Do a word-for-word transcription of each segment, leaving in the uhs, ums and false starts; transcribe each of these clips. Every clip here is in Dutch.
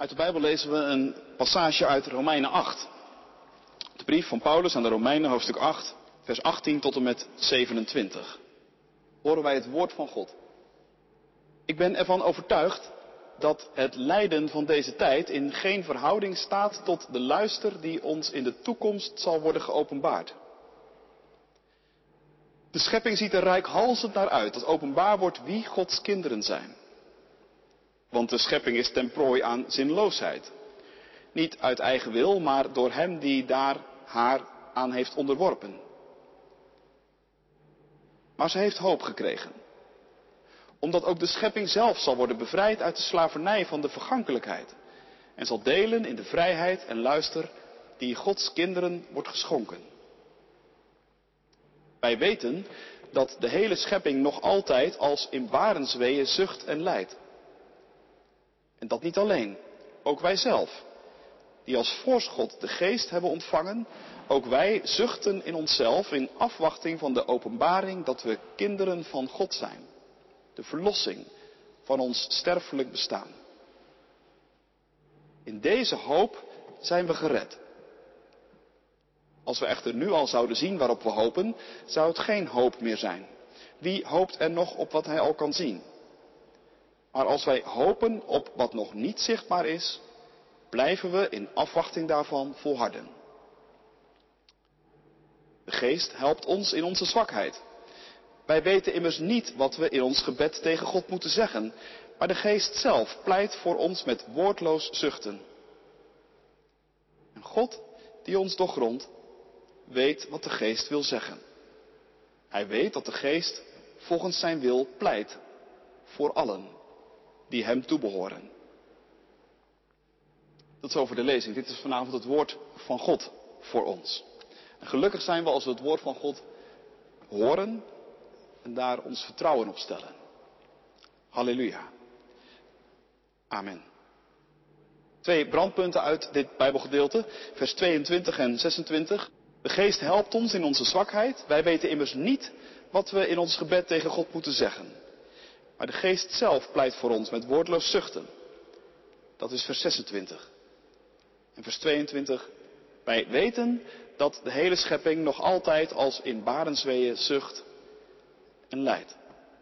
Uit de Bijbel lezen we een passage uit Romeinen acht. De brief van Paulus aan de Romeinen, hoofdstuk acht, vers achttien tot en met zevenentwintig. Horen wij het woord van God. Ik ben ervan overtuigd dat het lijden van deze tijd in geen verhouding staat tot de luister die ons in de toekomst zal worden geopenbaard. De schepping ziet er reikhalzend naar uit dat openbaar wordt wie Gods kinderen zijn. Want de schepping is ten prooi aan zinloosheid. Niet uit eigen wil, maar door hem die daar haar aan heeft onderworpen. Maar ze heeft hoop gekregen. Omdat ook de schepping zelf zal worden bevrijd uit de slavernij van de vergankelijkheid. En zal delen in de vrijheid en luister die Gods kinderen wordt geschonken. Wij weten dat de hele schepping nog altijd als in barensweeën zucht en lijdt. En dat niet alleen, ook wij zelf, die als voorschot de geest hebben ontvangen, ook wij zuchten in onszelf in afwachting van de openbaring dat we kinderen van God zijn. De verlossing van ons sterfelijk bestaan. In deze hoop zijn we gered. Als we echter nu al zouden zien waarop we hopen, zou het geen hoop meer zijn. Wie hoopt er nog op wat hij al kan zien? Maar als wij hopen op wat nog niet zichtbaar is, blijven we in afwachting daarvan volharden. De geest helpt ons in onze zwakheid. Wij weten immers niet wat we in ons gebed tegen God moeten zeggen, maar de geest zelf pleit voor ons met woordloos zuchten. En God, die ons doorgrondt, weet wat de geest wil zeggen. Hij weet dat de geest volgens zijn wil pleit voor allen die hem toebehoren. Dat is over de lezing. Dit is vanavond het woord van God voor ons. En gelukkig zijn we als we het woord van God horen en daar ons vertrouwen op stellen. Halleluja. Amen. Twee brandpunten uit dit Bijbelgedeelte, vers tweeëntwintig en zesentwintig. De geest helpt ons in onze zwakheid. Wij weten immers niet wat we in ons gebed tegen God moeten zeggen. Maar de geest zelf pleit voor ons met woordloos zuchten. Dat is vers zesentwintig. En vers tweeëntwintig. Wij weten dat de hele schepping nog altijd als in barensweeën zucht en lijdt.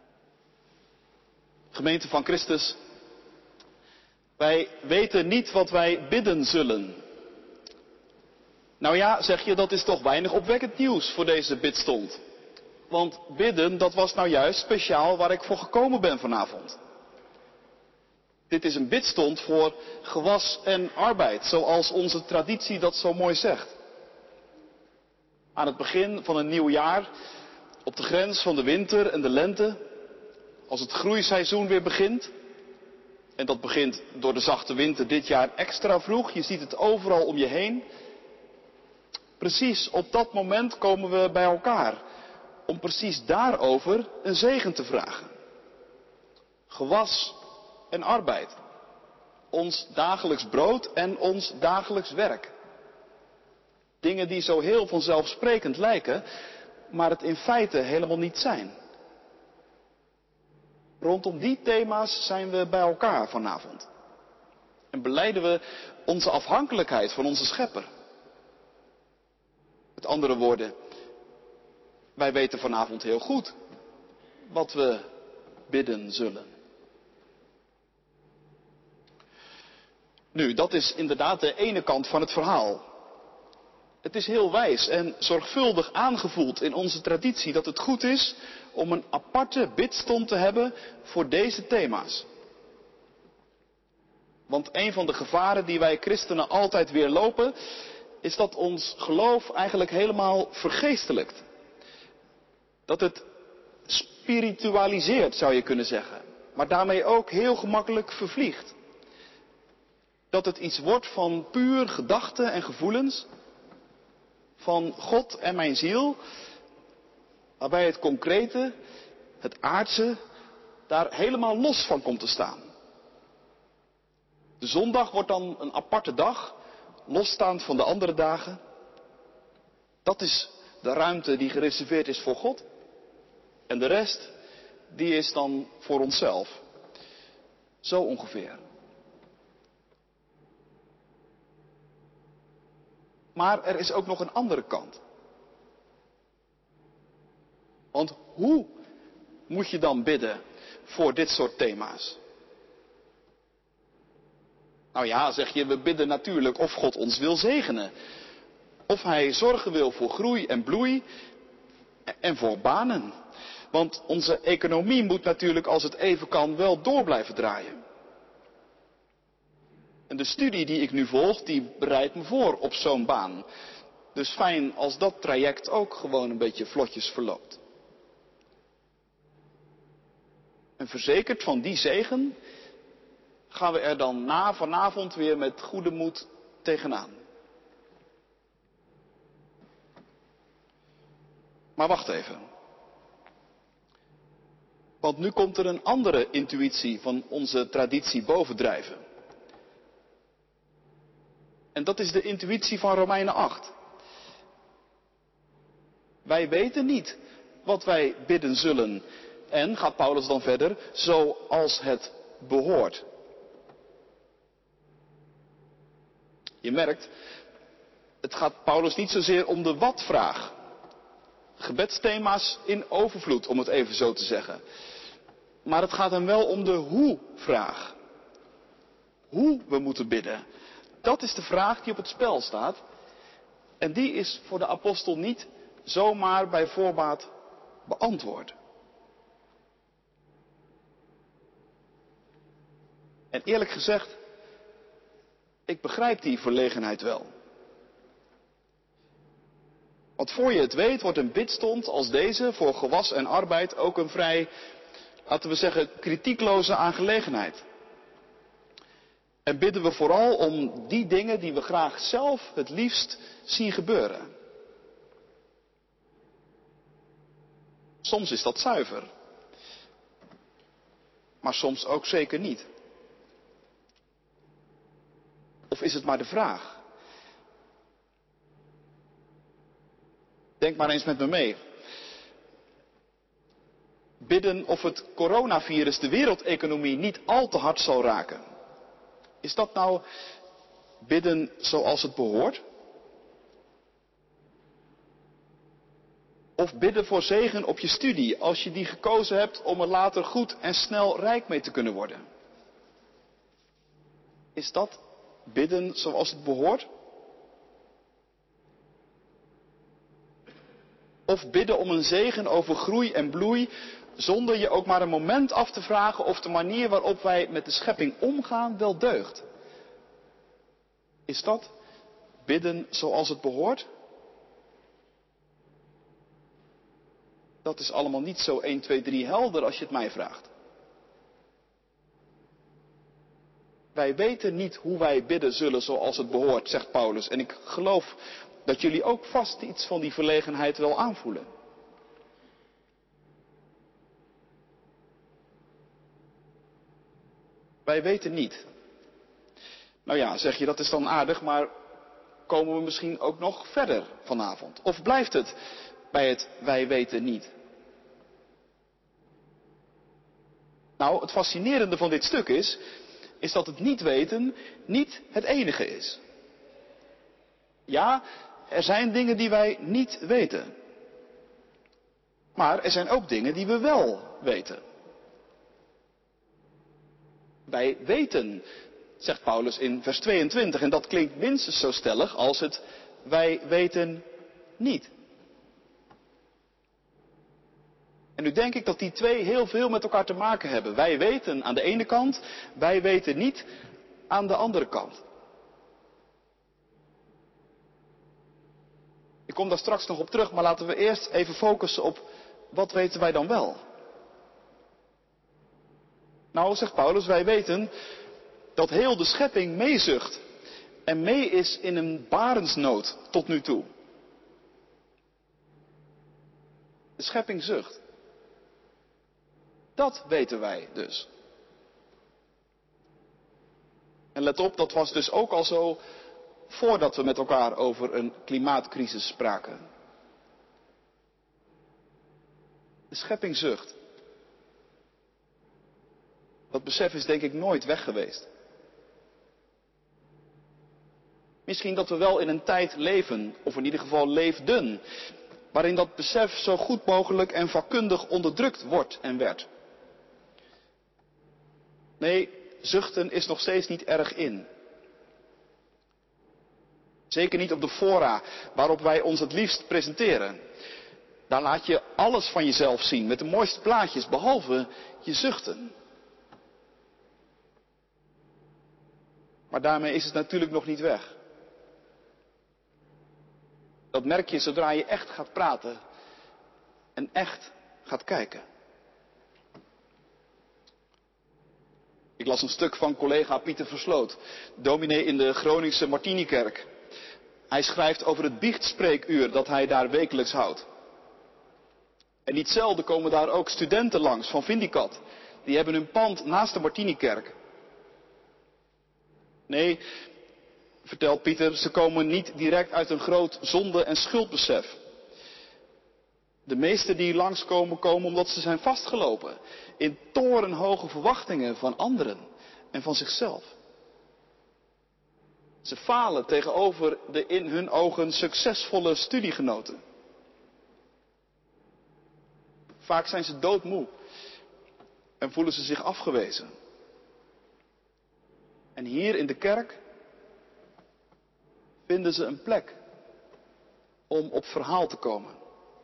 Gemeente van Christus. Wij weten niet wat wij bidden zullen. Nou ja, zeg je, dat is toch weinig opwekkend nieuws voor deze bidstond. Want bidden, dat was nou juist speciaal waar ik voor gekomen ben vanavond. Dit is een bidstond voor gewas en arbeid, zoals onze traditie dat zo mooi zegt. Aan het begin van een nieuw jaar, op de grens van de winter en de lente, als het groeiseizoen weer begint. En dat begint door de zachte winter dit jaar extra vroeg, je ziet het overal om je heen. Precies op dat moment komen we bij elkaar om precies daarover een zegen te vragen. Gewas en arbeid. Ons dagelijks brood en ons dagelijks werk. Dingen die zo heel vanzelfsprekend lijken, maar het in feite helemaal niet zijn. Rondom die thema's zijn we bij elkaar vanavond. En belijden we onze afhankelijkheid van onze schepper. Met andere woorden, wij weten vanavond heel goed wat we bidden zullen. Nu, dat is inderdaad de ene kant van het verhaal. Het is heel wijs en zorgvuldig aangevoeld in onze traditie dat het goed is om een aparte bidstond te hebben voor deze thema's. Want een van de gevaren die wij christenen altijd weer lopen, is dat ons geloof eigenlijk helemaal vergeestelijkt. Dat het spiritualiseert, zou je kunnen zeggen. Maar daarmee ook heel gemakkelijk vervliegt. Dat het iets wordt van puur gedachten en gevoelens. Van God en mijn ziel. Waarbij het concrete, het aardse, daar helemaal los van komt te staan. De zondag wordt dan een aparte dag, losstaand van de andere dagen. Dat is de ruimte die gereserveerd is voor God. En de rest, die is dan voor onszelf. Zo ongeveer. Maar er is ook nog een andere kant. Want hoe moet je dan bidden voor dit soort thema's? Nou ja, zeg je, we bidden natuurlijk of God ons wil zegenen. Of Hij zorgen wil voor groei en bloei en voor banen. Want onze economie moet natuurlijk, als het even kan, wel door blijven draaien. En de studie die ik nu volg, die bereidt me voor op zo'n baan. Dus fijn als dat traject ook gewoon een beetje vlotjes verloopt. En verzekerd van die zegen gaan we er dan na vanavond weer met goede moed tegenaan. Maar wacht even. Want nu komt er een andere intuïtie van onze traditie bovendrijven. En dat is de intuïtie van Romeinen acht. Wij weten niet wat wij bidden zullen. En, gaat Paulus dan verder, zoals het behoort. Je merkt, het gaat Paulus niet zozeer om de wat-vraag. Gebedsthema's in overvloed, om het even zo te zeggen. Maar het gaat hem wel om de hoe-vraag. Hoe we moeten bidden. Dat is de vraag die op het spel staat. En die is voor de apostel niet zomaar bij voorbaat beantwoord. En eerlijk gezegd, ik begrijp die verlegenheid wel. Want voor je het weet wordt een bidstond als deze voor gewas en arbeid ook een vrij, laten we zeggen, kritiekloze aangelegenheid. En bidden we vooral om die dingen die we graag zelf het liefst zien gebeuren. Soms is dat zuiver. Maar soms ook zeker niet. Of is het maar de vraag? Denk maar eens met me mee. Bidden of het coronavirus de wereldeconomie niet al te hard zal raken. Is dat nou bidden zoals het behoort? Of bidden voor zegen op je studie, als je die gekozen hebt om er later goed en snel rijk mee te kunnen worden? Is dat bidden zoals het behoort? Of bidden om een zegen over groei en bloei, zonder je ook maar een moment af te vragen of de manier waarop wij met de schepping omgaan wel deugt? Is dat bidden zoals het behoort? Dat is allemaal niet zo één, twee, drie helder als je het mij vraagt. Wij weten niet hoe wij bidden zullen zoals het behoort, zegt Paulus. En ik geloof dat jullie ook vast iets van die verlegenheid wel aanvoelen. Wij weten niet. Nou ja, zeg je, dat is dan aardig, maar komen we misschien ook nog verder vanavond? Of blijft het bij het wij weten niet? Nou, het fascinerende van dit stuk is, is dat het niet weten niet het enige is. Ja, er zijn dingen die wij niet weten. Maar er zijn ook dingen die we wel weten. Wij weten, zegt Paulus in vers tweeëntwintig, en dat klinkt minstens zo stellig als het wij weten niet. En nu denk ik dat die twee heel veel met elkaar te maken hebben. Wij weten aan de ene kant, wij weten niet aan de andere kant. Ik kom daar straks nog op terug, maar laten we eerst even focussen op wat weten wij dan wel. Nou, zegt Paulus, wij weten dat heel de schepping meezucht en mee is in een barensnood tot nu toe. De schepping zucht. Dat weten wij dus. En let op, dat was dus ook al zo voordat we met elkaar over een klimaatcrisis spraken. De schepping zucht. Dat besef is denk ik nooit weg geweest. Misschien dat we wel in een tijd leven, of in ieder geval leefden, waarin dat besef zo goed mogelijk en vakkundig onderdrukt wordt en werd. Nee, zuchten is nog steeds niet erg in. Zeker niet op de fora waarop wij ons het liefst presenteren. Daar laat je alles van jezelf zien, met de mooiste plaatjes, behalve je zuchten. Maar daarmee is het natuurlijk nog niet weg. Dat merk je zodra je echt gaat praten en echt gaat kijken. Ik las een stuk van collega Pieter Versloot, dominee in de Groningse Martinikerk. Hij schrijft over het biechtspreekuur dat hij daar wekelijks houdt. En niet zelden komen daar ook studenten langs van Vindicat. Die hebben hun pand naast de Martinikerk. Nee, vertelt Pieter, ze komen niet direct uit een groot zonde- en schuldbesef. De meesten die langskomen, komen omdat ze zijn vastgelopen in torenhoge verwachtingen van anderen en van zichzelf. Ze falen tegenover de in hun ogen succesvolle studiegenoten. Vaak zijn ze doodmoe en voelen ze zich afgewezen. En hier in de kerk vinden ze een plek om op verhaal te komen.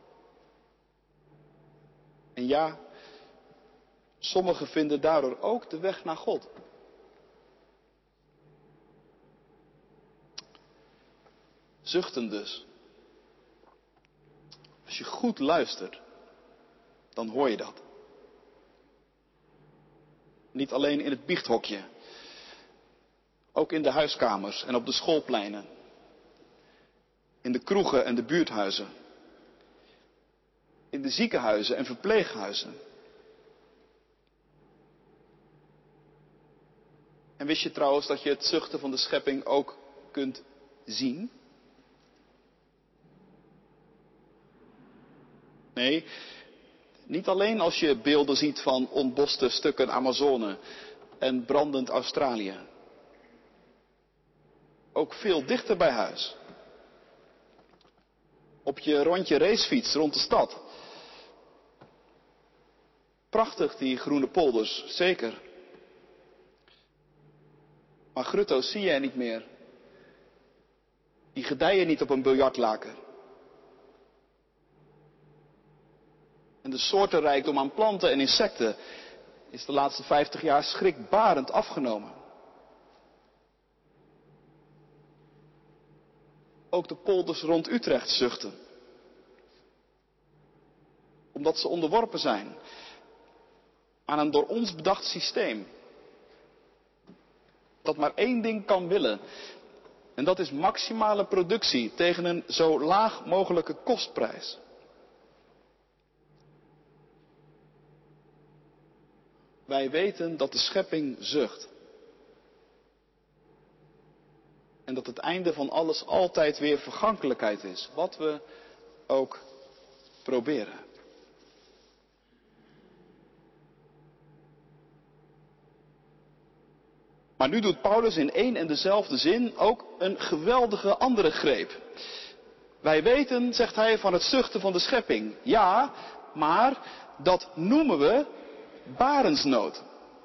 En ja, sommigen vinden daardoor ook de weg naar God. Zuchten dus. Als je goed luistert, dan hoor je dat. Niet alleen in het biechthokje. Ook in de huiskamers en op de schoolpleinen. In de kroegen en de buurthuizen. In de ziekenhuizen en verpleeghuizen. En wist je trouwens dat je het zuchten van de schepping ook kunt zien? Nee, niet alleen als je beelden ziet van ontboste stukken Amazone en brandend Australië. Ook veel dichter bij huis. Op je rondje racefiets rond de stad. Prachtig die groene polders, zeker. Maar grutto's zie jij niet meer. Die gedijen niet op een biljartlaken. En de soortenrijkdom aan planten en insecten is de laatste vijftig jaar schrikbarend afgenomen. Ook de polders rond Utrecht zuchten. Omdat ze onderworpen zijn aan een door ons bedacht systeem. Dat maar één ding kan willen. En dat is maximale productie tegen een zo laag mogelijke kostprijs. Wij weten dat de schepping zucht. En dat het einde van alles altijd weer vergankelijkheid is. Wat we ook proberen. Maar nu doet Paulus in één en dezelfde zin ook een geweldige andere greep. Wij weten, zegt hij, van het zuchten van de schepping. Ja, maar dat noemen we barensnood.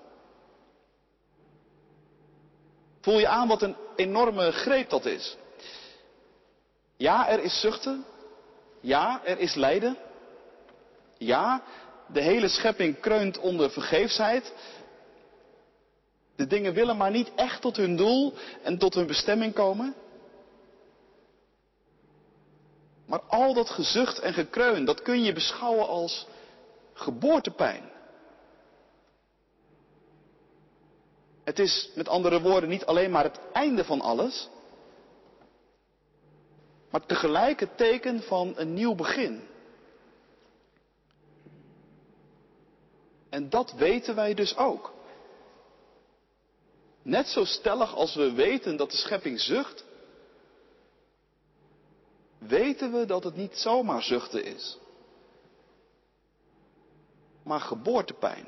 Voel je aan wat een enorme greep dat is? Ja, er is zuchten. Ja, er is lijden. Ja, de hele schepping kreunt onder vergeefsheid. De dingen willen maar niet echt tot hun doel en tot hun bestemming komen. Maar al dat gezucht en gekreun, dat kun je beschouwen als geboortepijn. Het is met andere woorden niet alleen maar het einde van alles, maar tegelijk het teken van een nieuw begin. En dat weten wij dus ook. Net zo stellig als we weten dat de schepping zucht, weten we dat het niet zomaar zuchten is, maar geboortepijn.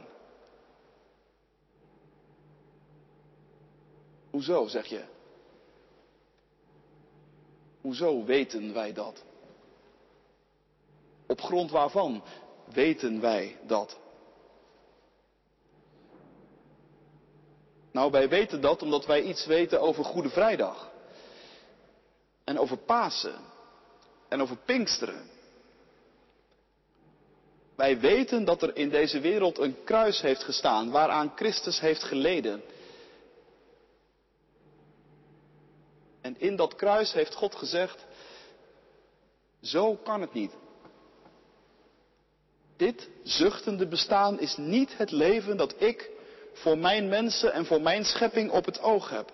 Hoezo, zeg je? Hoezo weten wij dat? Op grond waarvan weten wij dat? Nou, wij weten dat omdat wij iets weten over Goede Vrijdag. En over Pasen. En over Pinksteren. Wij weten dat er in deze wereld een kruis heeft gestaan waaraan Christus heeft geleden. En in dat kruis heeft God gezegd, zo kan het niet. Dit zuchtende bestaan is niet het leven dat ik voor mijn mensen en voor mijn schepping op het oog heb.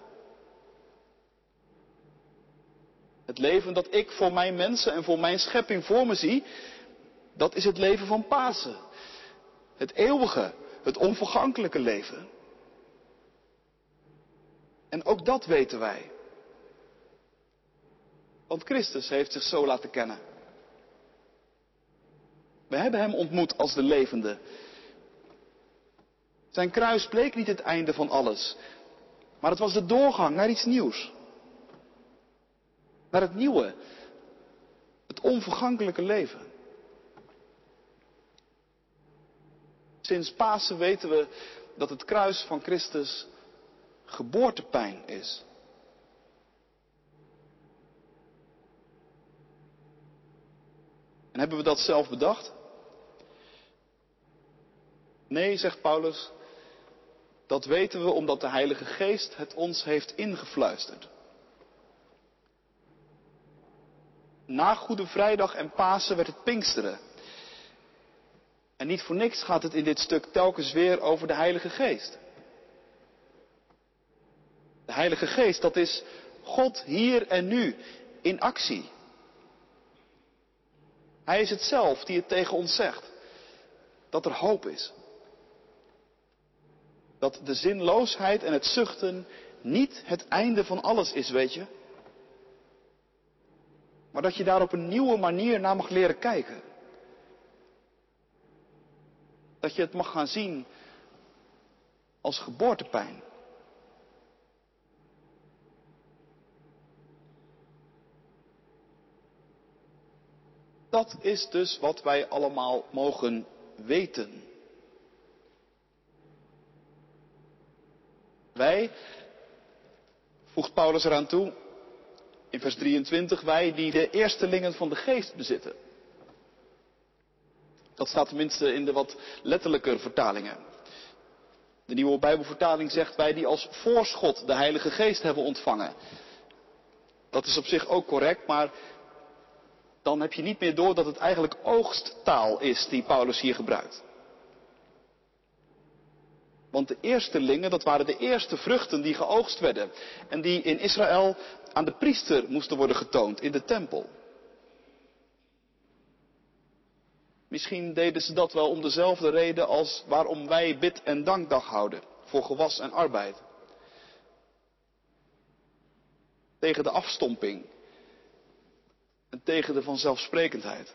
Het leven dat ik voor mijn mensen en voor mijn schepping voor me zie, dat is het leven van Pasen. Het eeuwige, het onvergankelijke leven. En ook dat weten wij. Want Christus heeft zich zo laten kennen. We hebben hem ontmoet als de levende. Zijn kruis bleek niet het einde van alles. Maar het was de doorgang naar iets nieuws. Naar het nieuwe. Het onvergankelijke leven. Sinds Pasen weten we dat het kruis van Christus geboortepijn is. En hebben we dat zelf bedacht? Nee, zegt Paulus, dat weten we omdat de Heilige Geest het ons heeft ingefluisterd. Na Goede Vrijdag en Pasen werd het Pinksteren. En niet voor niks gaat het in dit stuk telkens weer over de Heilige Geest. De Heilige Geest, dat is God hier en nu in actie. Hij is het zelf die het tegen ons zegt. Dat er hoop is. Dat de zinloosheid en het zuchten niet het einde van alles is, weet je. Maar dat je daar op een nieuwe manier naar mag leren kijken. Dat je het mag gaan zien als geboortepijn. Dat is dus wat wij allemaal mogen weten. Wij, voegt Paulus eraan toe, in vers drieëntwintig, wij die de eerstelingen van de geest bezitten. Dat staat tenminste in de wat letterlijke vertalingen. De nieuwe Bijbelvertaling zegt wij die als voorschot de Heilige Geest hebben ontvangen. Dat is op zich ook correct, maar dan heb je niet meer door dat het eigenlijk oogsttaal is die Paulus hier gebruikt. Want de eerstelingen, dat waren de eerste vruchten die geoogst werden. En die in Israël aan de priester moesten worden getoond in de tempel. Misschien deden ze dat wel om dezelfde reden als waarom wij bid- en dankdag houden. Voor gewas en arbeid. Tegen de afstomping. En tegen de vanzelfsprekendheid.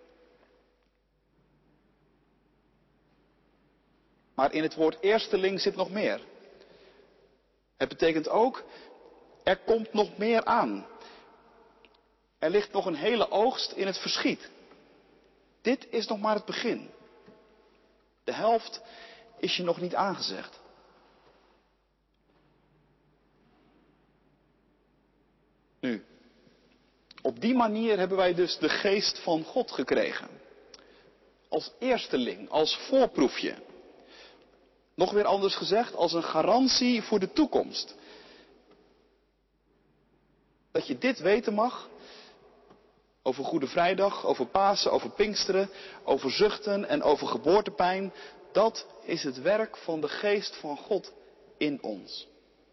Maar in het woord eersteling zit nog meer. Het betekent ook, er komt nog meer aan. Er ligt nog een hele oogst in het verschiet. Dit is nog maar het begin. De helft is je nog niet aangezegd. Nu, op die manier hebben wij dus de geest van God gekregen. Als eersteling, als voorproefje. Nog weer anders gezegd, als een garantie voor de toekomst. Dat je dit weten mag, over Goede Vrijdag, over Pasen, over Pinksteren, over zuchten en over geboortepijn. Dat is het werk van de geest van God in ons.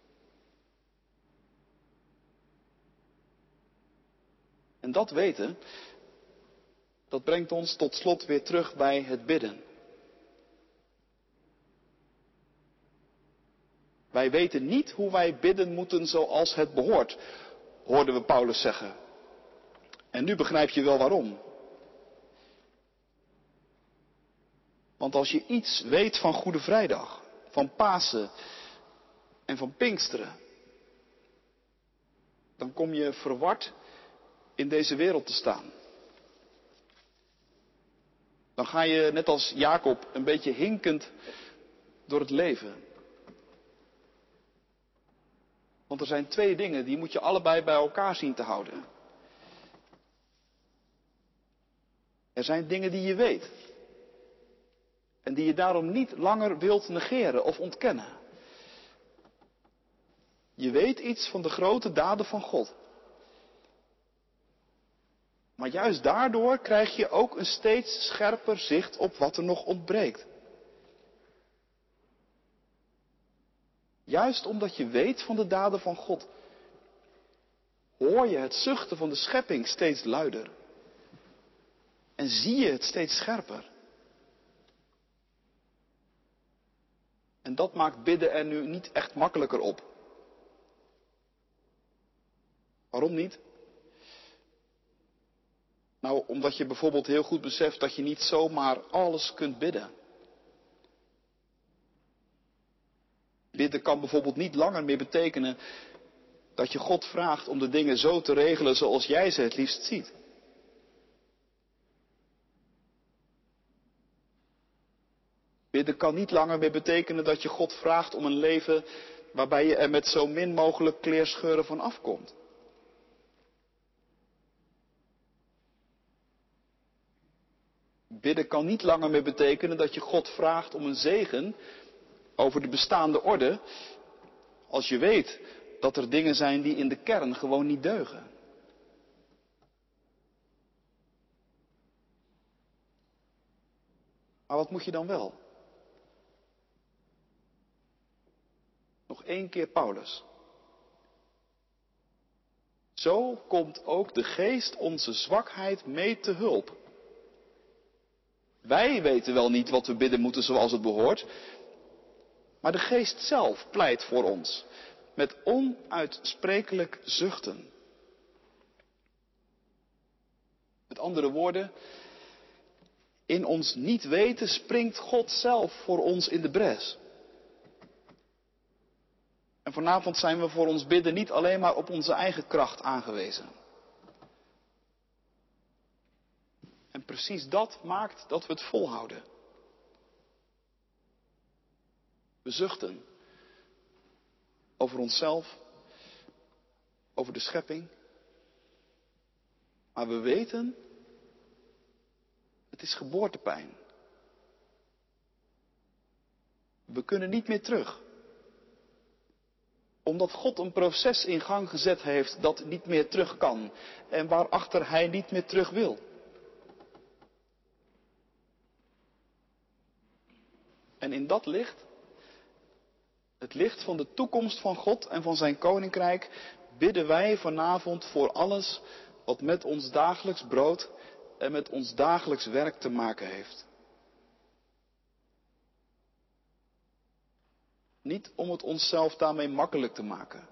En dat weten, dat brengt ons tot slot weer terug bij het bidden. Wij weten niet hoe wij bidden moeten zoals het behoort, hoorden we Paulus zeggen. En nu begrijp je wel waarom. Want als je iets weet van Goede Vrijdag, van Pasen en van Pinksteren, dan kom je verward in deze wereld te staan. Dan ga je net als Jacob een beetje hinkend door het leven. Want er zijn twee dingen, die moet je allebei bij elkaar zien te houden. Er zijn dingen die je weet. En die je daarom niet langer wilt negeren of ontkennen. Je weet iets van de grote daden van God. Maar juist daardoor krijg je ook een steeds scherper zicht op wat er nog ontbreekt. Juist omdat je weet van de daden van God, hoor je het zuchten van de schepping steeds luider. En zie je het steeds scherper. En dat maakt bidden er nu niet echt makkelijker op. Waarom niet? Nou, omdat je bijvoorbeeld heel goed beseft dat je niet zomaar alles kunt bidden. Bidden kan bijvoorbeeld niet langer meer betekenen dat je God vraagt om de dingen zo te regelen zoals jij ze het liefst ziet. Bidden kan niet langer meer betekenen dat je God vraagt om een leven waarbij je er met zo min mogelijk kleerscheuren van afkomt. Bidden kan niet langer meer betekenen dat je God vraagt om een zegen over de bestaande orde, als je weet dat er dingen zijn die in de kern gewoon niet deugen. Maar wat moet je dan wel? Nog één keer Paulus. Zo komt ook de geest onze zwakheid mee te hulp. Wij weten wel niet wat we bidden moeten zoals het behoort, maar de geest zelf pleit voor ons, met onuitsprekelijk zuchten. Met andere woorden, in ons niet weten springt God zelf voor ons in de bres. En vanavond zijn we voor ons bidden niet alleen maar op onze eigen kracht aangewezen. En precies dat maakt dat we het volhouden. We zuchten over onszelf, over de schepping. Maar we weten, het is geboortepijn. We kunnen niet meer terug. Omdat God een proces in gang gezet heeft dat niet meer terug kan. En waarachter hij niet meer terug wil. En in dat licht, het licht van de toekomst van God en van zijn koninkrijk, bidden wij vanavond voor alles wat met ons dagelijks brood en met ons dagelijks werk te maken heeft. Niet om het onszelf daarmee makkelijk te maken,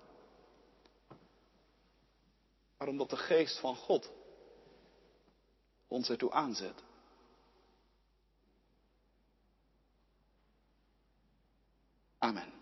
maar omdat de geest van God ons ertoe aanzet. Amen.